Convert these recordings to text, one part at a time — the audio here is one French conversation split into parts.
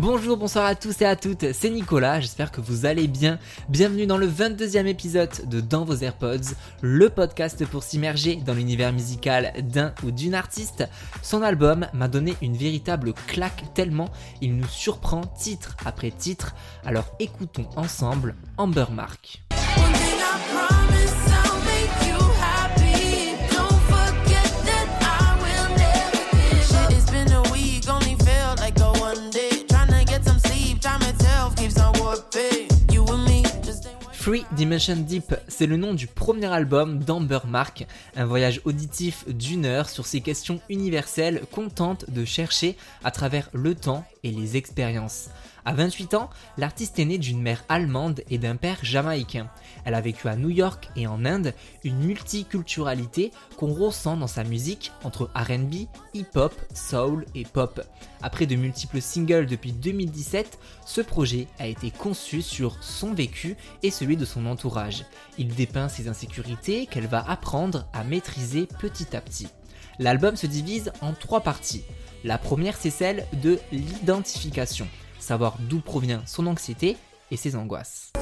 Bonjour, bonsoir à tous et à toutes, c'est Nicolas, j'espère que vous allez bien. Bienvenue dans le 22e épisode de Dans vos AirPods, le podcast pour s'immerger dans l'univers musical d'un ou d'une artiste. Son album m'a donné une véritable claque tellement il nous surprend titre après titre. Alors écoutons ensemble Amber Mark. Three Dimension Deep, c'est le nom du premier album d'Amber Mark, un voyage auditif d'1 heure sur ces questions universelles qu'on tente de chercher à travers le temps et les expériences. À 28 ans, l'artiste est née d'une mère allemande et d'un père jamaïcain. Elle a vécu à New York et en Inde, une multiculturalité qu'on ressent dans sa musique entre R&B, hip-hop, soul et pop. Après de multiples singles depuis 2017, ce projet a été conçu sur son vécu et celui de son entourage. Il dépeint ses insécurités qu'elle va apprendre à maîtriser petit à petit. L'album se divise en 3 parties. La première, c'est celle de l'identification, savoir d'où provient son anxiété et ses angoisses.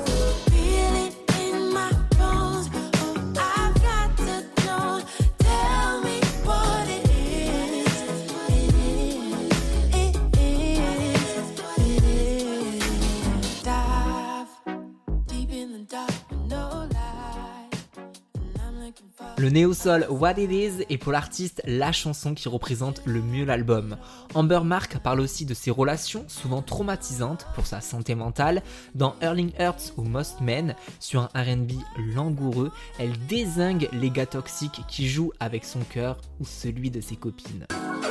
Le néo-soul What It Is est pour l'artiste la chanson qui représente le mieux l'album. Amber Mark parle aussi de ses relations, souvent traumatisantes pour sa santé mentale. Dans Hurling Hearts ou Most Men, sur un R&B langoureux, elle dézingue les gars toxiques qui jouent avec son cœur ou celui de ses copines.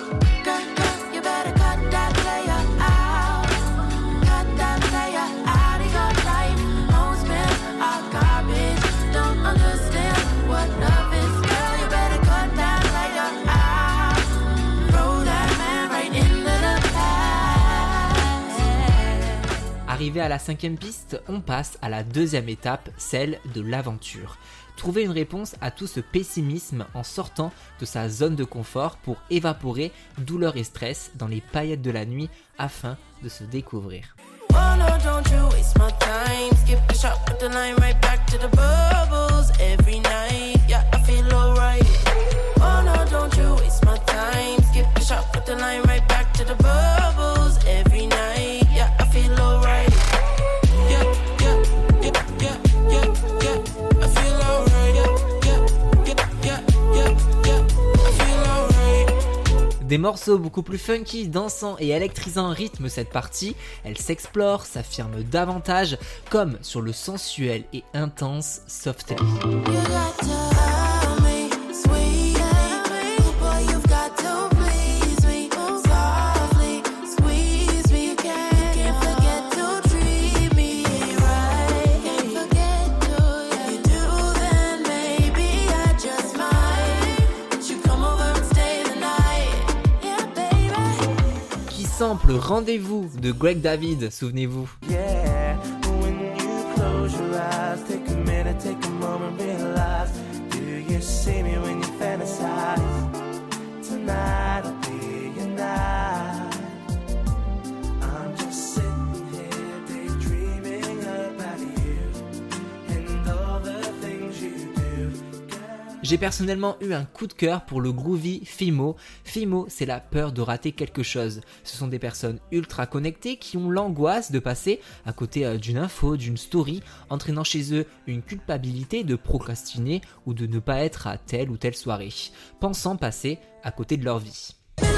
Arrivé à la 5e piste, on passe à la 2e étape, celle de l'aventure. Trouver une réponse à tout ce pessimisme en sortant de sa zone de confort pour évaporer douleur et stress dans les paillettes de la nuit afin de se découvrir. Des morceaux beaucoup plus funky, dansants et électrisants rythment cette partie, elle s'explore, s'affirme davantage, comme sur le sensuel et intense Softly. Sample Rendez-vous de Greg David, souvenez-vous. Yeah, when you close your eyes, take a minute, take a moment, realize, do you see me when you fantasize? Tonight will be your night. I'm just sitting here daydreaming about you and all the things you do. J'ai personnellement eu un coup de cœur pour le groovy FIMO. FIMO, c'est la peur de rater quelque chose. Ce sont des personnes ultra connectées qui ont l'angoisse de passer à côté d'une info, d'une story, entraînant chez eux une culpabilité de procrastiner ou de ne pas être à telle ou telle soirée, pensant passer à côté de leur vie.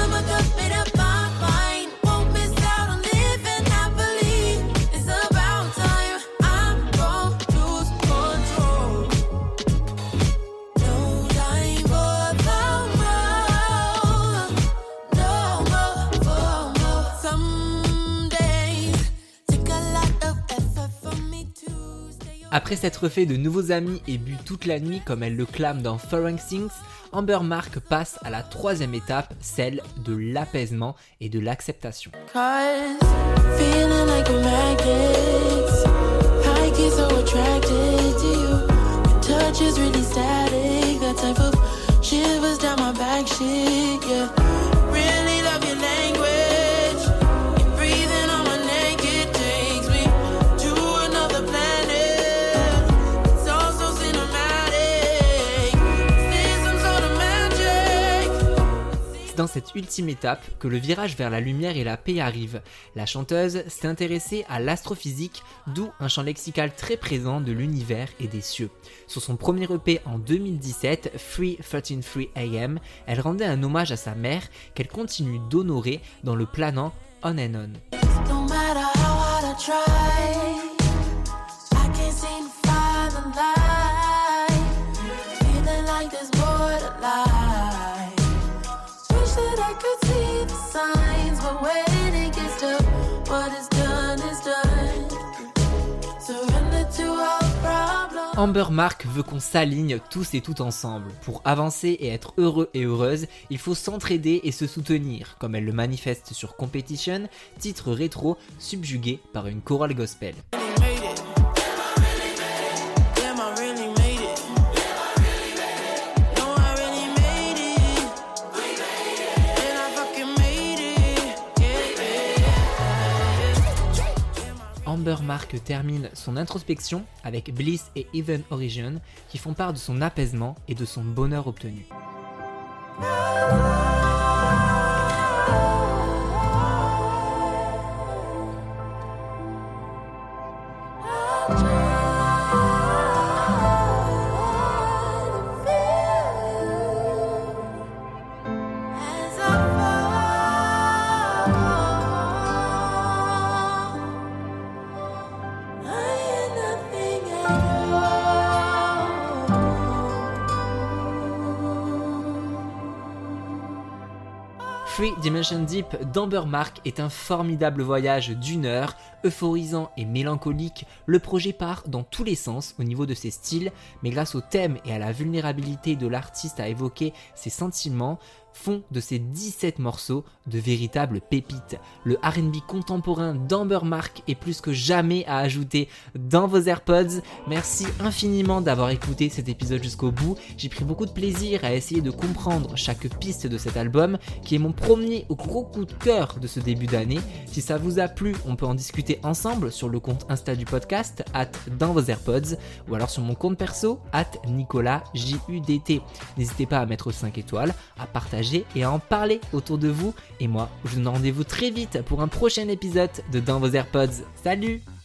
Après s'être fait de nouveaux amis et bu toute la nuit comme elle le clame dans Foreign Things, Amber Mark passe à la 3e étape, celle de l'apaisement et de l'acceptation. Really love your language. You're breathing on my cette ultime étape que le virage vers la lumière et la paix arrive. La chanteuse s'est intéressée à l'astrophysique, d'où un champ lexical très présent de l'univers et des cieux. Sur son premier EP en 2017, 3:33 AM, elle rendait un hommage à sa mère qu'elle continue d'honorer dans le planant On and On. No matter how hard I try, I can't seem to find the light. Feeling like there's more to life. Wish that I could see the signs, but when it gets to what is done is done. Surrender to our problems. Amber Mark veut qu'on s'aligne tous et toutes ensemble. Pour avancer et être heureux et heureuse, il faut s'entraider et se soutenir, comme elle le manifeste sur Competition, titre rétro subjugué par une chorale gospel. Amber Mark termine son introspection avec Bliss et Even Origin qui font part de son apaisement et de son bonheur obtenu. Three Dimension Deep d'Amber Mark est un formidable voyage d'1 heure, euphorisant et mélancolique. Le projet part dans tous les sens au niveau de ses styles, mais grâce au thème et à la vulnérabilité de l'artiste à évoquer ses sentiments, font de ces 17 morceaux de véritables pépites. Le R&B contemporain d'Amber Mark est plus que jamais à ajouter dans vos AirPods. Merci infiniment d'avoir écouté cet épisode jusqu'au bout. J'ai pris beaucoup de plaisir à essayer de comprendre chaque piste de cet album, qui est mon premier gros coup de cœur de ce début d'année. Si ça vous a plu, on peut en discuter ensemble sur le compte Insta du podcast, @dans vos AirPods, ou alors sur mon compte perso, @NicolasJUDT. N'hésitez pas à mettre 5 étoiles, à partager et à en parler autour de vous. Et moi, je vous donne rendez-vous très vite pour un prochain épisode de Dans vos AirPods. Salut!